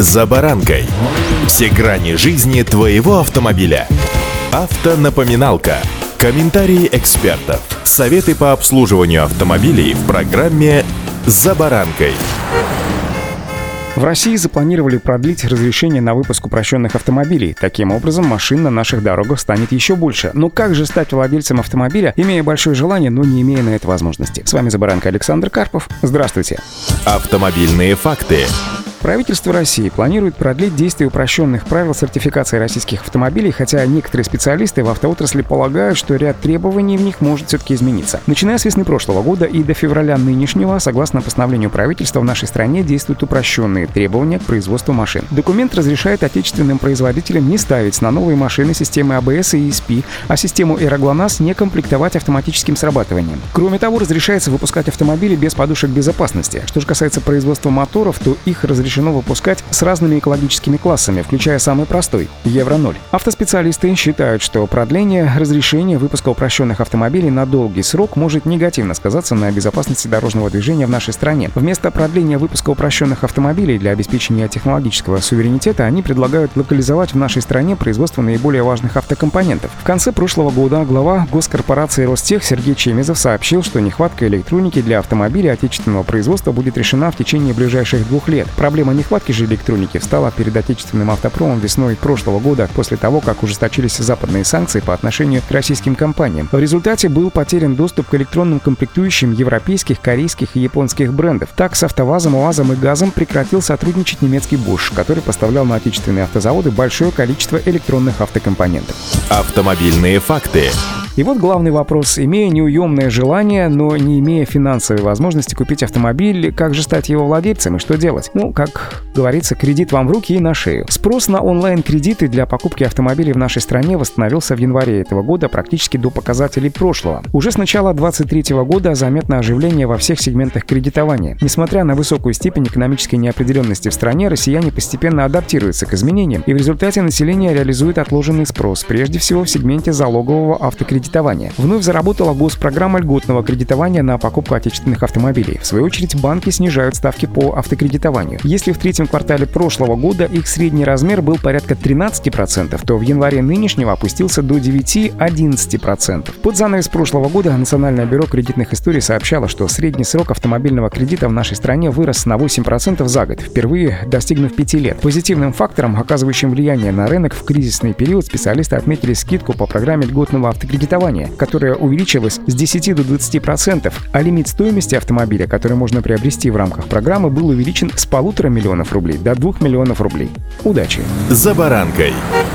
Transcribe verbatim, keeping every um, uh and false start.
«За баранкой». Все грани жизни твоего автомобиля. Автонапоминалка. Комментарии экспертов. Советы по обслуживанию автомобилей в программе «За баранкой». В России запланировали продлить разрешение на выпуск упрощенных автомобилей. Таким образом, машин на наших дорогах станет еще больше. Но как же стать владельцем автомобиля, имея большое желание, но не имея на это возможности? С вами «За баранкой» Александр Карпов. Здравствуйте. Автомобильные факты. Правительство России планирует продлить действие упрощенных правил сертификации российских автомобилей, хотя некоторые специалисты в автоотрасли полагают, что ряд требований в них может все-таки измениться. Начиная с весны прошлого года и до февраля нынешнего, согласно постановлению правительства, в нашей стране действуют упрощенные требования к производству машин. Документ разрешает отечественным производителям не ставить на новые машины системы а бэ эс и и эс пи, а систему «Эйроглонасс» не комплектовать автоматическим срабатыванием. Кроме того, разрешается выпускать автомобили без подушек безопасности. Что же касается производства моторов, то их разрешено выпускать с разными экологическими классами, включая самый простой — евро ноль. Автоспециалисты считают, что продление разрешения выпуска упрощенных автомобилей на долгий срок может негативно сказаться на безопасности дорожного движения в нашей стране. Вместо продления выпуска упрощенных автомобилей для обеспечения технологического суверенитета они предлагают локализовать в нашей стране производство наиболее важных автокомпонентов. В конце прошлого года глава госкорпорации Ростех Сергей Чемезов сообщил, что нехватка электроники для автомобилей отечественного производства будет решена в течение ближайших двух лет. Проблема нехватки же электроники встала перед отечественным автопромом весной прошлого года, после того, как ужесточились западные санкции по отношению к российским компаниям. В результате был потерян доступ к электронным комплектующим европейских, корейских и японских брендов. Так, с АвтоВАЗом, УАЗом и ГАЗом прекратил сотрудничать немецкий Bosch, который поставлял на отечественные автозаводы большое количество электронных автокомпонентов. Автомобильные факты. И вот главный вопрос. Имея неуемное желание, но не имея финансовой возможности купить автомобиль, как же стать его владельцем и что делать? Ну, как говорится, кредит вам в руки и на шею. Спрос на онлайн-кредиты для покупки автомобилей в нашей стране восстановился в январе этого года практически до показателей прошлого. Уже с начала две тысячи двадцать третьего года заметно оживление во всех сегментах кредитования. Несмотря на высокую степень экономической неопределенности в стране, россияне постепенно адаптируются к изменениям, и в результате население реализует отложенный спрос, прежде всего в сегменте залогового автокредитования. Вновь заработала госпрограмма льготного кредитования на покупку отечественных автомобилей. В свою очередь, банки снижают ставки по автокредитованию. Если в третьем квартале прошлого года их средний размер был порядка тринадцать процентов, то в январе нынешнего опустился до девять-одиннадцать процентов. Под занавес прошлого года Национальное бюро кредитных историй сообщало, что средний срок автомобильного кредита в нашей стране вырос на восемь процентов за год, впервые достигнув пяти лет. Позитивным фактором, оказывающим влияние на рынок в кризисный период, специалисты отметили скидку по программе льготного автокредитования, которая увеличилась с десяти до двадцати процентов, а лимит стоимости автомобиля, который можно приобрести в рамках программы, был увеличен с полутора миллионов рублей до двух миллионов рублей. Удачи! «За баранкой».